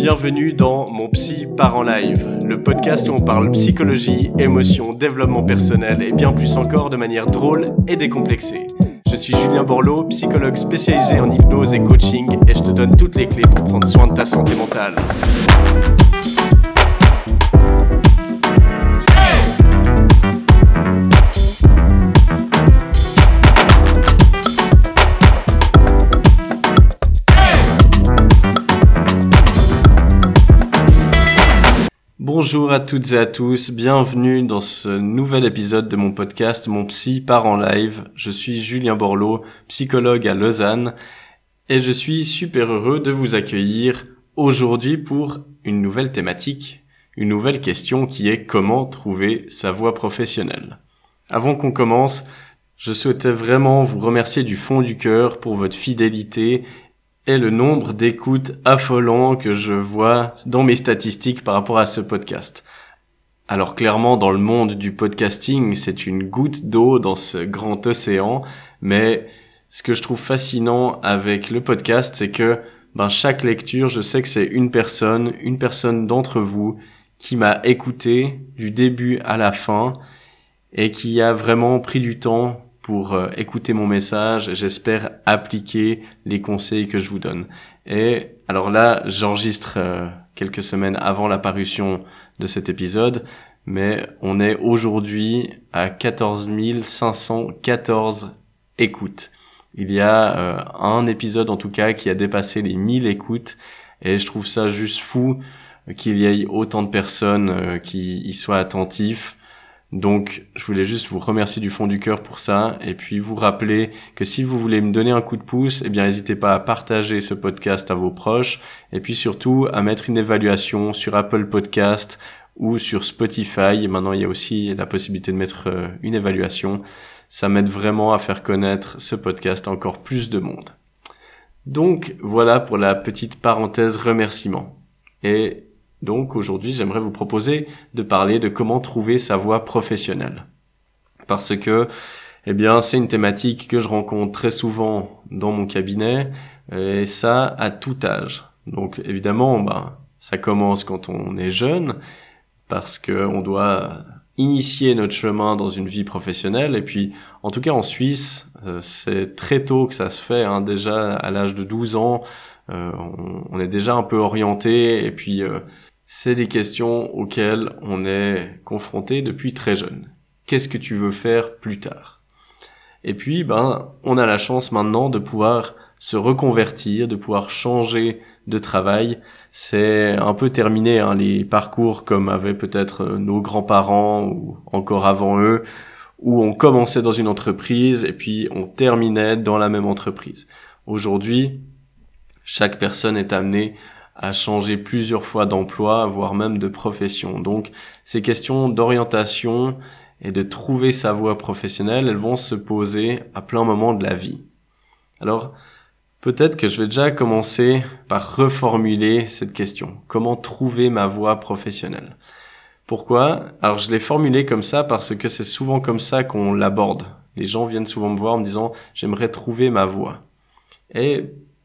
Bienvenue dans Mon Psy part en live, le podcast où on parle psychologie, émotion, développement personnel et bien plus encore de manière drôle et décomplexée. Je suis Julien Borloo, psychologue spécialisé en hypnose et coaching et je te donne toutes les clés pour prendre soin de ta santé mentale. Bonjour à toutes et à tous, bienvenue dans ce nouvel épisode de mon podcast Mon Psy part en live. Je suis Julien Borloo, psychologue à Lausanne et je suis super heureux de vous accueillir aujourd'hui pour une nouvelle thématique, une nouvelle question qui est comment trouver sa voie professionnelle. Avant qu'on commence, je souhaitais vraiment vous remercier du fond du cœur pour votre fidélité et le nombre d'écoutes affolant que je vois dans mes statistiques par rapport à ce podcast. Alors clairement, dans le monde du podcasting, c'est une goutte d'eau dans ce grand océan, mais ce que je trouve fascinant avec le podcast, c'est que chaque lecture, je sais que c'est une personne d'entre vous qui m'a écouté du début à la fin et qui a vraiment pris du temps pour écouter mon message et j'espère appliquer les conseils que je vous donne. Et alors là, j'enregistre quelques semaines avant la parution de cet épisode, mais on est aujourd'hui à 14 514 écoutes. Il y a un épisode en tout cas qui a dépassé les 1000 écoutes et je trouve ça juste fou qu'il y ait autant de personnes qui y soient attentifs. Donc, je voulais juste vous remercier du fond du cœur pour ça et puis vous rappeler que si vous voulez me donner un coup de pouce, n'hésitez pas à partager ce podcast à vos proches et puis surtout à mettre une évaluation sur Apple Podcast ou sur Spotify. Et maintenant, il y a aussi la possibilité de mettre une évaluation. Ça m'aide vraiment à faire connaître ce podcast à encore plus de monde. Donc, voilà pour la petite parenthèse remerciement. Et donc aujourd'hui, j'aimerais vous proposer de parler de comment trouver sa voie professionnelle. Parce que, c'est une thématique que je rencontre très souvent dans mon cabinet, et ça à tout âge. Donc évidemment, ça commence quand on est jeune, parce que on doit initier notre chemin dans une vie professionnelle, et puis en tout cas en Suisse, c'est très tôt que ça se fait, déjà à l'âge de 12 ans, on est déjà un peu orienté, et puis c'est des questions auxquelles on est confronté depuis très jeune. Qu'est-ce que tu veux faire plus tard? Et puis, on a la chance maintenant de pouvoir se reconvertir, de pouvoir changer de travail. C'est un peu terminé, les parcours comme avaient peut-être nos grands-parents ou encore avant eux, où on commençait dans une entreprise et puis on terminait dans la même entreprise. Aujourd'hui, chaque personne est amenée à changer plusieurs fois d'emploi, voire même de profession. Donc, ces questions d'orientation et de trouver sa voie professionnelle, elles vont se poser à plein moments de la vie. Alors, peut-être que je vais déjà commencer par reformuler cette question. Comment trouver ma voie professionnelle? Pourquoi? Alors, je l'ai formulée comme ça parce que c'est souvent comme ça qu'on l'aborde. Les gens viennent souvent me voir en me disant « j'aimerais trouver ma voie ». Et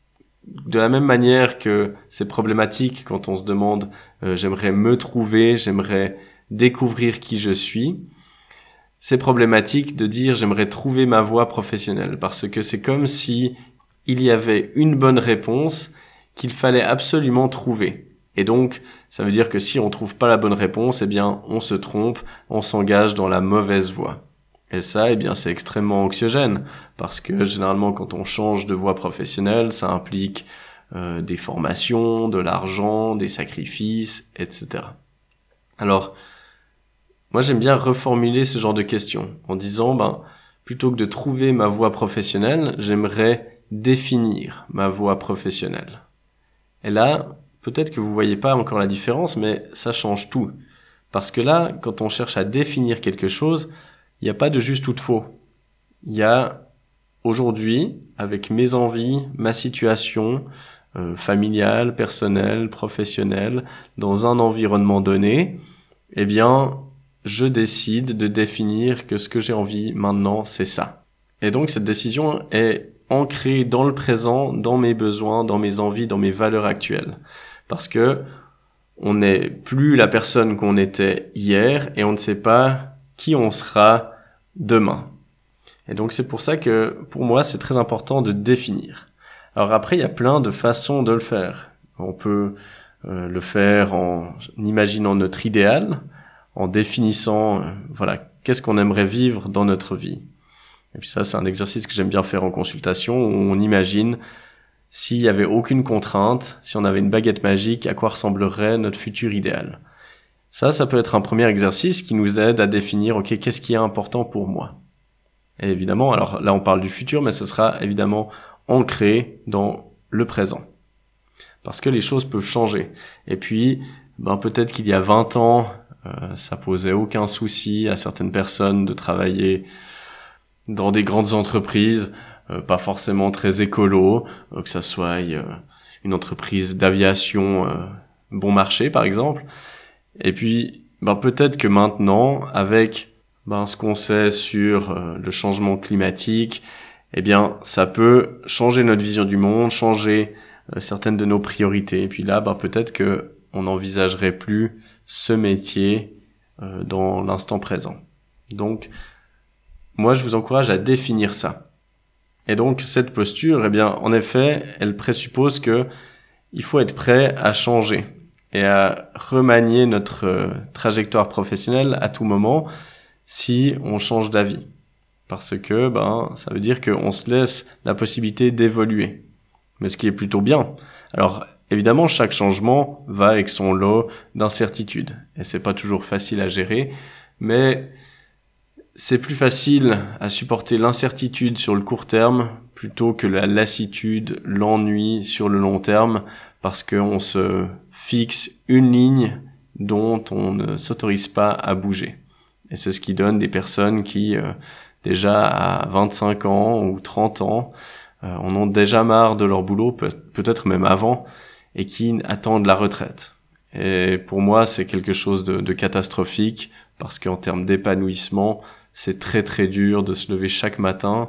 de la même manière que c'est problématique quand on se demande j'aimerais me trouver, j'aimerais découvrir qui je suis, c'est problématique de dire j'aimerais trouver ma voie professionnelle parce que c'est comme si il y avait une bonne réponse qu'il fallait absolument trouver. Et donc, ça veut dire que si on trouve pas la bonne réponse, on se trompe, on s'engage dans la mauvaise voie. Et ça, c'est extrêmement anxiogène, parce que généralement, quand on change de voie professionnelle, ça implique des formations, de l'argent, des sacrifices, etc. Alors, moi j'aime bien reformuler ce genre de questions, en disant, plutôt que de trouver ma voie professionnelle, j'aimerais définir ma voie professionnelle. Et là, peut-être que vous voyez pas encore la différence, mais ça change tout. Parce que là, quand on cherche à définir quelque chose, il n'y a pas de juste ou de faux. Il y a aujourd'hui, avec mes envies, ma situation familiale, personnelle, professionnelle, dans un environnement donné, je décide de définir que ce que j'ai envie maintenant, c'est ça. Et donc cette décision est ancrée dans le présent, dans mes besoins, dans mes envies, dans mes valeurs actuelles. Parce que on n'est plus la personne qu'on était hier et on ne sait pas qui on sera demain. Et donc c'est pour ça que pour moi c'est très important de définir. Alors après il y a plein de façons de le faire. On peut le faire en imaginant notre idéal, en définissant qu'est-ce qu'on aimerait vivre dans notre vie. Et puis ça c'est un exercice que j'aime bien faire en consultation où on imagine s'il y avait aucune contrainte, si on avait une baguette magique, à quoi ressemblerait notre futur idéal. Ça peut être un premier exercice qui nous aide à définir, ok, qu'est-ce qui est important pour moi. Et évidemment, alors là on parle du futur, mais ce sera évidemment ancré dans le présent. Parce que les choses peuvent changer. Et puis, peut-être qu'il y a 20 ans, ça posait aucun souci à certaines personnes de travailler dans des grandes entreprises, pas forcément très écolo, que ça soit une entreprise d'aviation bon marché par exemple. Et puis peut-être que maintenant avec ce qu'on sait sur le changement climatique, ça peut changer notre vision du monde, changer certaines de nos priorités. Et puis là peut-être que on n'envisagerait plus ce métier dans l'instant présent. Donc moi je vous encourage à définir ça. Et donc cette posture, en effet, elle présuppose que il faut être prêt à changer et à remanier notre trajectoire professionnelle à tout moment si on change d'avis. Parce que ça veut dire qu'on se laisse la possibilité d'évoluer. Mais ce qui est plutôt bien. Alors évidemment, chaque changement va avec son lot d'incertitudes et c'est pas toujours facile à gérer, mais c'est plus facile à supporter l'incertitude sur le court terme plutôt que la lassitude, l'ennui sur le long terme, parce qu'on se fixe une ligne dont on ne s'autorise pas à bouger. Et c'est ce qui donne des personnes qui, déjà à 25 ans ou 30 ans, en ont déjà marre de leur boulot, peut-être même avant, et qui attendent la retraite. Et pour moi, c'est quelque chose de catastrophique, parce qu'en termes d'épanouissement, c'est très très dur de se lever chaque matin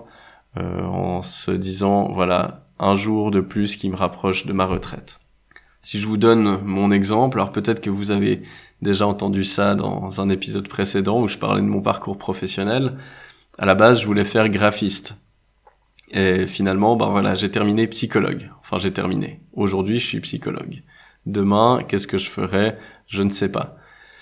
en se disant un jour de plus qui me rapproche de ma retraite. Si je vous donne mon exemple, alors peut-être que vous avez déjà entendu ça dans un épisode précédent où je parlais de mon parcours professionnel. À la base, je voulais faire graphiste. Et finalement, j'ai terminé psychologue. Enfin, j'ai terminé. Aujourd'hui, je suis psychologue. Demain, qu'est-ce que je ferai? Je ne sais pas.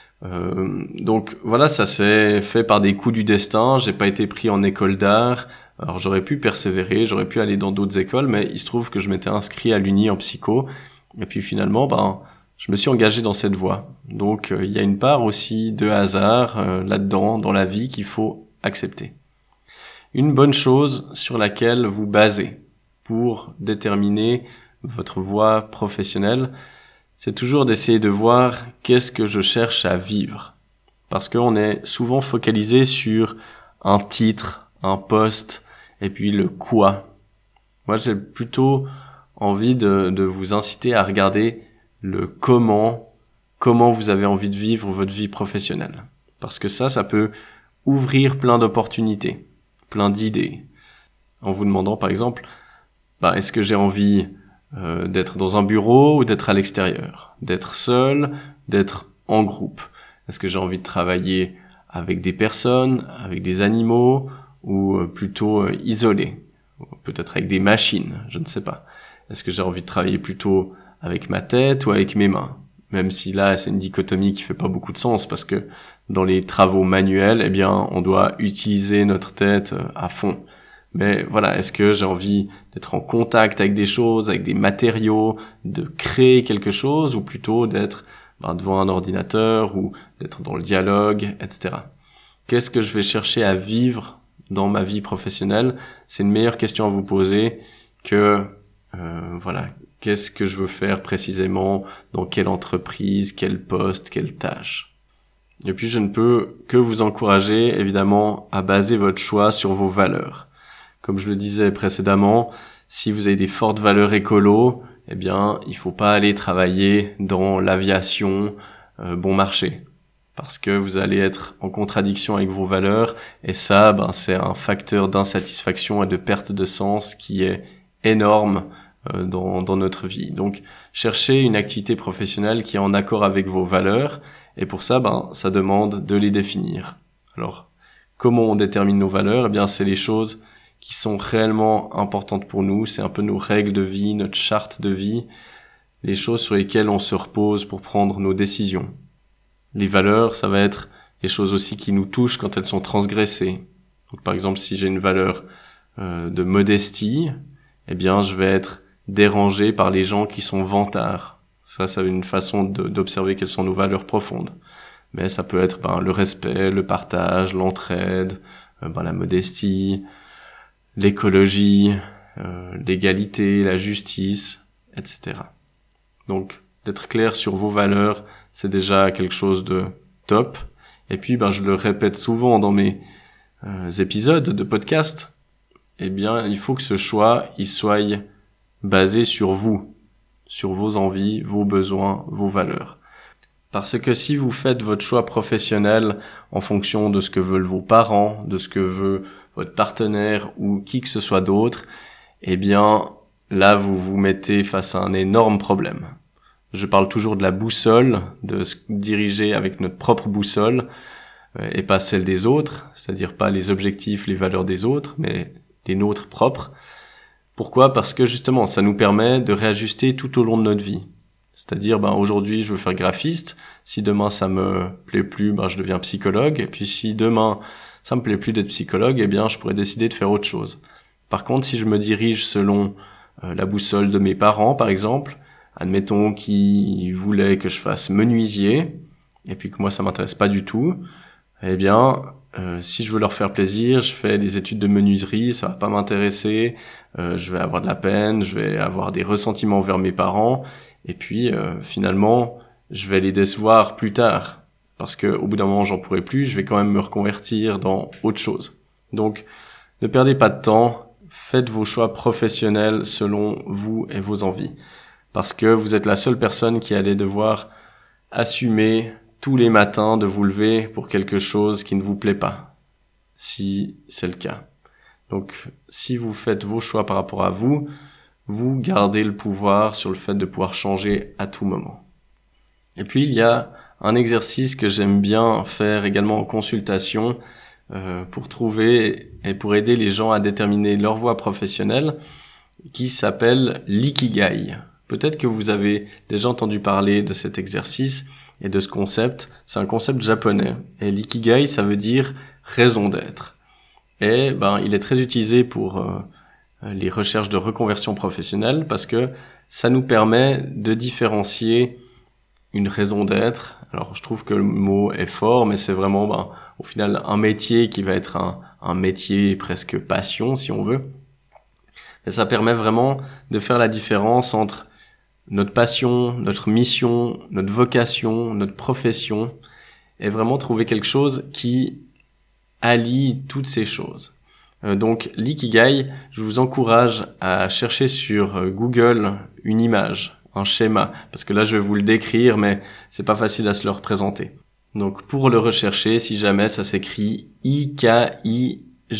Donc ça s'est fait par des coups du destin. J'ai pas été pris en école d'art. Alors j'aurais pu persévérer, j'aurais pu aller dans d'autres écoles, mais il se trouve que je m'étais inscrit à l'Uni en psycho. Et puis finalement, je me suis engagé dans cette voie. Donc il y a une part aussi de hasard là-dedans, dans la vie, qu'il faut accepter. Une bonne chose sur laquelle vous basez pour déterminer votre voie professionnelle, c'est toujours d'essayer de voir qu'est-ce que je cherche à vivre. Parce qu'on est souvent focalisé sur un titre, un poste, et puis le quoi. Moi, j'ai plutôt envie de vous inciter à regarder le comment vous avez envie de vivre votre vie professionnelle. Parce que ça peut ouvrir plein d'opportunités, plein d'idées. En vous demandant, par exemple, est-ce que j'ai envie d'être dans un bureau ou d'être à l'extérieur, d'être seul, d'être en groupe. Est-ce que j'ai envie de travailler avec des personnes, avec des animaux ou plutôt isolé, peut-être avec des machines, je ne sais pas. Est-ce que j'ai envie de travailler plutôt avec ma tête ou avec mes mains? Même si là, c'est une dichotomie qui fait pas beaucoup de sens parce que dans les travaux manuels, on doit utiliser notre tête à fond. Mais est-ce que j'ai envie d'être en contact avec des choses, avec des matériaux, de créer quelque chose, ou plutôt d'être devant un ordinateur, ou d'être dans le dialogue, etc. Qu'est-ce que je vais chercher à vivre dans ma vie professionnelle? C'est une meilleure question à vous poser que qu'est-ce que je veux faire précisément, dans quelle entreprise, quel poste, quelle tâche. Et puis je ne peux que vous encourager évidemment à baser votre choix sur vos valeurs. Comme je le disais précédemment, si vous avez des fortes valeurs écolo, il faut pas aller travailler dans l'aviation bon marché. Parce que vous allez être en contradiction avec vos valeurs, et ça, c'est un facteur d'insatisfaction et de perte de sens qui est énorme dans notre vie. Donc, cherchez une activité professionnelle qui est en accord avec vos valeurs, et pour ça, ça demande de les définir. Alors, comment on détermine nos valeurs? Eh bien, c'est les choses qui sont réellement importantes pour nous, c'est un peu nos règles de vie, notre charte de vie, les choses sur lesquelles on se repose pour prendre nos décisions. Les valeurs, ça va être les choses aussi qui nous touchent quand elles sont transgressées. Donc, par exemple, si j'ai une valeur de modestie, eh bien, je vais être dérangé par les gens qui sont vantards. Ça c'est une façon d'observer quelles sont nos valeurs profondes. Mais ça peut être le respect, le partage, l'entraide, la modestie, l'écologie, l'égalité, la justice, etc. Donc, d'être clair sur vos valeurs, c'est déjà quelque chose de top. Et puis, je le répète souvent dans mes épisodes de podcast, eh bien, il faut que ce choix, il soit basé sur vous, sur vos envies, vos besoins, vos valeurs. Parce que si vous faites votre choix professionnel en fonction de ce que veulent vos parents, de ce que veut votre partenaire ou qui que ce soit d'autre, eh bien, là, vous vous mettez face à un énorme problème. Je parle toujours de la boussole, de se diriger avec notre propre boussole et pas celle des autres, c'est-à-dire pas les objectifs, les valeurs des autres, mais les nôtres propres. Pourquoi? Parce que justement, ça nous permet de réajuster tout au long de notre vie. C'est-à-dire, aujourd'hui, je veux faire graphiste. Si demain, ça me plaît plus, je deviens psychologue. Et puis, si demain, ça me plaît plus d'être psychologue, eh bien, je pourrais décider de faire autre chose. Par contre, si je me dirige selon la boussole de mes parents, par exemple, admettons qu'ils voulaient que je fasse menuisier, et puis que moi, ça m'intéresse pas du tout, eh bien, si je veux leur faire plaisir, je fais des études de menuiserie, ça va pas m'intéresser, je vais avoir de la peine, je vais avoir des ressentiments envers mes parents, et puis finalement, je vais les décevoir plus tard, parce que au bout d'un moment, j'en pourrai plus, je vais quand même me reconvertir dans autre chose. Donc, ne perdez pas de temps, faites vos choix professionnels selon vous et vos envies, parce que vous êtes la seule personne qui allait devoir assumer tous les matins de vous lever pour quelque chose qui ne vous plaît pas, si c'est le cas. Donc, si vous faites vos choix par rapport à vous, vous gardez le pouvoir sur le fait de pouvoir changer à tout moment. Et puis, il y a un exercice que j'aime bien faire également en consultation pour trouver et pour aider les gens à déterminer leur voie professionnelle, qui s'appelle l'ikigai. Peut-être que vous avez déjà entendu parler de cet exercice et de ce concept. C'est un concept japonais. Et l'ikigai, ça veut dire raison d'être. Et il est très utilisé pour les recherches de reconversion professionnelle parce que ça nous permet de différencier une raison d'être. Alors, je trouve que le mot est fort, mais c'est vraiment, au final, un métier qui va être un métier presque passion, si on veut. Et ça permet vraiment de faire la différence entre notre passion, notre mission, notre vocation, notre profession, et vraiment trouver quelque chose qui allie toutes ces choses. Donc l'ikigai, je vous encourage à chercher sur Google une image, un schéma, parce que là je vais vous le décrire, mais c'est pas facile à se le représenter. Donc pour le rechercher, si jamais, ça s'écrit Ikigai.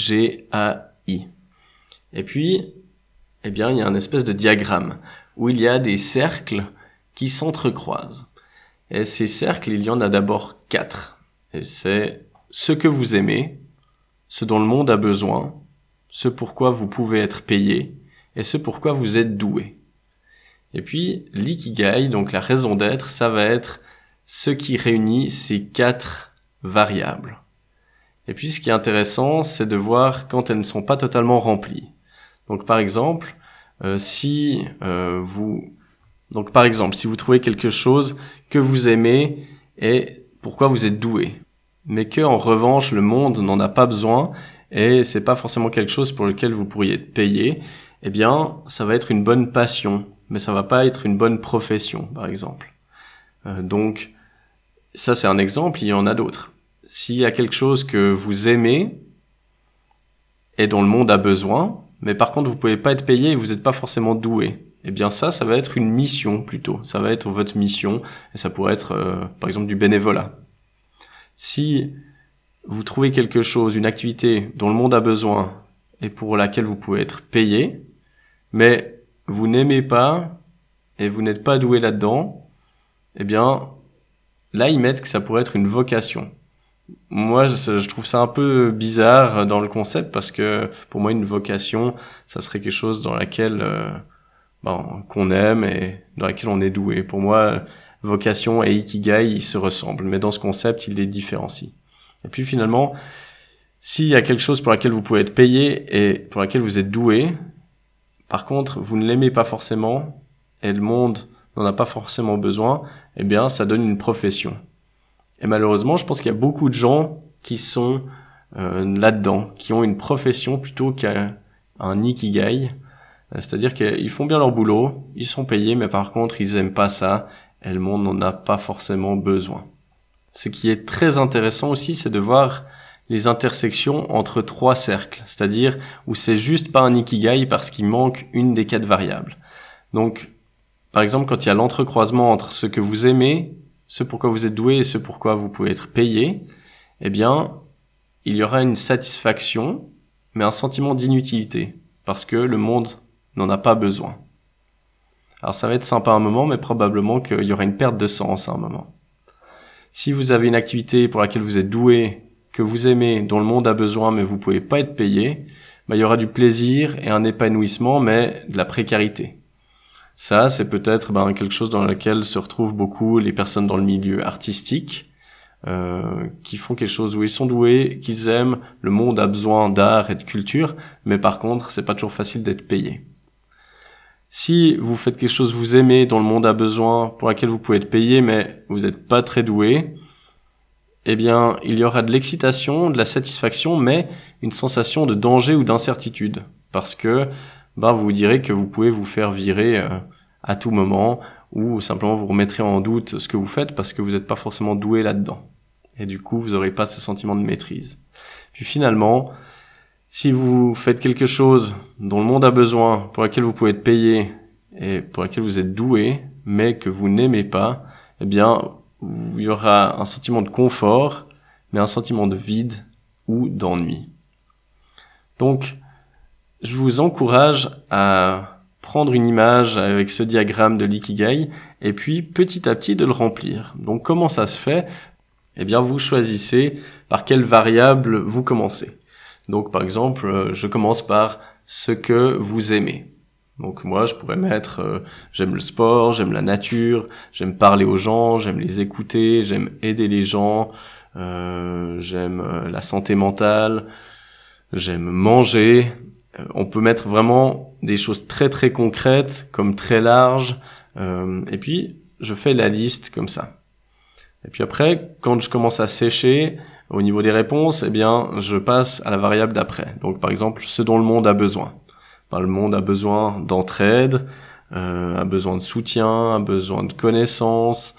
Et puis, il y a une espèce de diagramme où il y a des cercles qui s'entrecroisent. Et ces cercles, il y en a d'abord 4. Et c'est ce que vous aimez, ce dont le monde a besoin, ce pourquoi vous pouvez être payé, et ce pourquoi vous êtes doué. Et puis, l'ikigai, donc la raison d'être, ça va être ce qui réunit ces 4 variables. Et puis, ce qui est intéressant, c'est de voir quand elles ne sont pas totalement remplies. Donc, par exemple, si vous trouvez quelque chose que vous aimez et pourquoi vous êtes doué, mais que en revanche le monde n'en a pas besoin et c'est pas forcément quelque chose pour lequel vous pourriez être payé, eh bien ça va être une bonne passion, mais ça va pas être une bonne profession, par exemple. Donc ça c'est un exemple, il y en a d'autres. S'il y a quelque chose que vous aimez et dont le monde a besoin, mais par contre vous pouvez pas être payé et vous n'êtes pas forcément doué, eh bien ça va être une mission plutôt. Ça va être votre mission et ça pourrait être par exemple du bénévolat. Si vous trouvez quelque chose, une activité dont le monde a besoin et pour laquelle vous pouvez être payé, mais vous n'aimez pas et vous n'êtes pas doué là-dedans, eh bien, là, ils mettent que ça pourrait être une vocation. Moi, je trouve ça un peu bizarre dans le concept parce que pour moi, une vocation, ça serait quelque chose dans laquelle qu'on aime et dans laquelle on est doué. Pour moi, vocation et ikigai, ils se ressemblent, mais dans ce concept, ils les différencient. Et puis finalement, s'il y a quelque chose pour laquelle vous pouvez être payé et pour laquelle vous êtes doué, par contre, vous ne l'aimez pas forcément et le monde n'en a pas forcément besoin, eh bien, ça donne une profession. Et malheureusement, je pense qu'il y a beaucoup de gens qui sont là-dedans, qui ont une profession plutôt qu'un ikigai. C'est-à-dire qu'ils font bien leur boulot, ils sont payés, mais par contre, ils aiment pas ça, et le monde n'en a pas forcément besoin. Ce qui est très intéressant aussi, c'est de voir les intersections entre trois cercles, c'est-à-dire où c'est juste pas un ikigai parce qu'il manque une des 4 variables. Donc, par exemple, quand il y a l'entrecroisement entre ce que vous aimez, ce pourquoi vous êtes doué et ce pourquoi vous pouvez être payé, eh bien, il y aura une satisfaction, mais un sentiment d'inutilité, parce que le monde n'en a pas besoin. Alors ça va être sympa un moment, mais probablement qu'il y aura une perte de sens à un moment. Si vous avez une activité pour laquelle vous êtes doué, que vous aimez, dont le monde a besoin, mais vous pouvez pas être payé, il y aura du plaisir et un épanouissement, mais de la précarité. Ça, c'est peut-être quelque chose dans lequel se retrouvent beaucoup les personnes dans le milieu artistique, qui font quelque chose où ils sont doués, qu'ils aiment, le monde a besoin d'art et de culture, mais par contre, c'est pas toujours facile d'être payé. Si vous faites quelque chose que vous aimez, dont le monde a besoin, pour laquelle vous pouvez être payé, mais vous n'êtes pas très doué, eh bien, il y aura de l'excitation, de la satisfaction, mais une sensation de danger ou d'incertitude. Parce que, vous vous direz que vous pouvez vous faire virer à tout moment, ou simplement vous remettrez en doute ce que vous faites parce que vous n'êtes pas forcément doué là-dedans. Et du coup, vous n'aurez pas ce sentiment de maîtrise. Puis finalement, si vous faites quelque chose dont le monde a besoin, pour laquelle vous pouvez être payé et pour laquelle vous êtes doué, mais que vous n'aimez pas, eh bien, il y aura un sentiment de confort, mais un sentiment de vide ou d'ennui. Donc, je vous encourage à prendre une image avec ce diagramme de l'ikigai et puis petit à petit de le remplir. Donc, comment ça se fait ? Eh bien, vous choisissez par quelle variable vous commencez. Donc, par exemple, je commence par ce que vous aimez. Donc, moi, je pourrais mettre j'aime le sport, j'aime la nature, j'aime parler aux gens, j'aime les écouter, j'aime aider les gens, j'aime la santé mentale, j'aime manger. On peut mettre vraiment des choses très très concrètes, comme très larges. Et puis, je fais la liste comme ça. Et puis après, quand je commence à sécher, au niveau des réponses, eh bien, je passe à la variable d'après. Donc, par exemple, ce dont le monde a besoin. Le monde a besoin d'entraide, a besoin de soutien, a besoin de connaissances,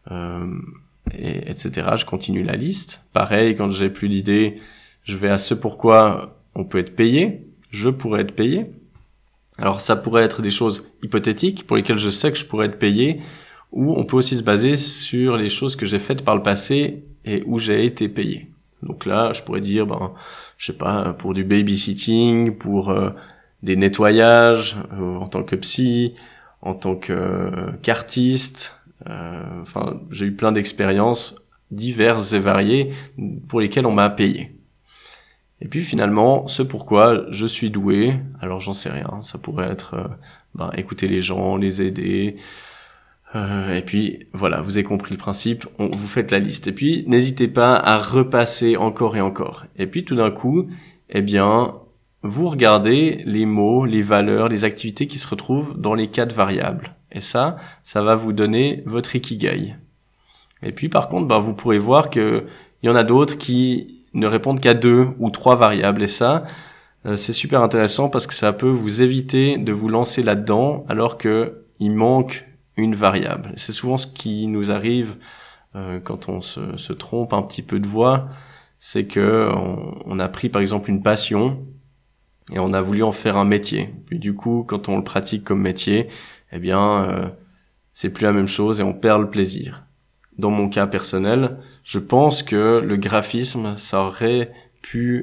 etc. Je continue la liste. Pareil, quand j'ai plus d'idées, je vais à ce pourquoi on peut être payé. Je pourrais être payé. Alors, ça pourrait être des choses hypothétiques pour lesquelles je sais que je pourrais être payé, ou on peut aussi se baser sur les choses que j'ai faites par le passé et où j'ai été payé. Donc là, je pourrais dire, je sais pas, pour du babysitting, pour des nettoyages en tant que psy, en tant qu'artiste. J'ai eu plein d'expériences diverses et variées pour lesquelles on m'a payé. Et puis finalement, ce pourquoi je suis doué, alors j'en sais rien, ça pourrait être écouter les gens, les aider. Et puis voilà, vous avez compris le principe, vous faites la liste. Et puis n'hésitez pas à repasser encore et encore. Et puis tout d'un coup, eh bien, vous regardez les mots, les valeurs, les activités qui se retrouvent dans les 4 variables. Et ça va vous donner votre ikigai. Et puis par contre, vous pourrez voir que il y en a d'autres qui ne répondent qu'à 2 ou 3 variables. Et ça, c'est super intéressant parce que ça peut vous éviter de vous lancer là-dedans alors que il manque une variable. C'est souvent ce qui nous arrive quand on se trompe un petit peu de voie, c'est que on a pris par exemple une passion et on a voulu en faire un métier. Puis du coup, quand on le pratique comme métier, eh bien, c'est plus la même chose et on perd le plaisir. Dans mon cas personnel, je pense que le graphisme, ça aurait pu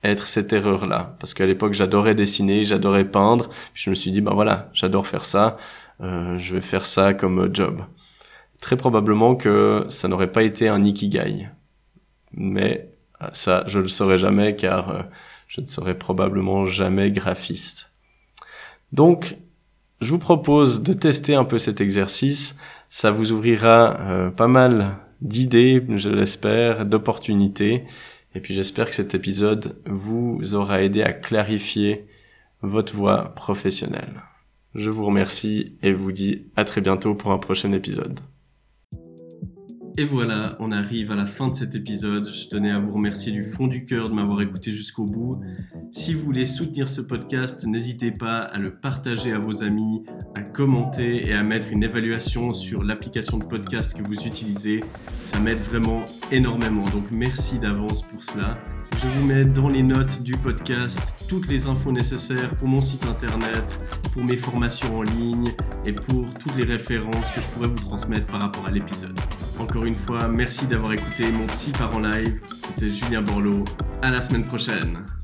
être cette erreur-là. Parce qu'à l'époque, j'adorais dessiner, j'adorais peindre. Puis je me suis dit, voilà, j'adore faire ça. Je vais faire ça comme job. Très probablement que ça n'aurait pas été un ikigai. Mais ça, je le saurais jamais car je ne serai probablement jamais graphiste. Donc, je vous propose de tester un peu cet exercice. Ça vous ouvrira pas mal d'idées, je l'espère, d'opportunités. Et puis j'espère que cet épisode vous aura aidé à clarifier votre voie professionnelle. Je vous remercie et vous dis à très bientôt pour un prochain épisode. Et voilà, on arrive à la fin de cet épisode. Je tenais à vous remercier du fond du cœur de m'avoir écouté jusqu'au bout. Si vous voulez soutenir ce podcast, n'hésitez pas à le partager à vos amis, à commenter et à mettre une évaluation sur l'application de podcast que vous utilisez. Ça m'aide vraiment énormément, donc merci d'avance pour cela. Je vous mets dans les notes du podcast toutes les infos nécessaires pour mon site internet, pour mes formations en ligne et pour toutes les références que je pourrais vous transmettre par rapport à l'épisode. Encore une fois, merci d'avoir écouté Mon Psy part en live. C'était Julien Borloo. À la semaine prochaine.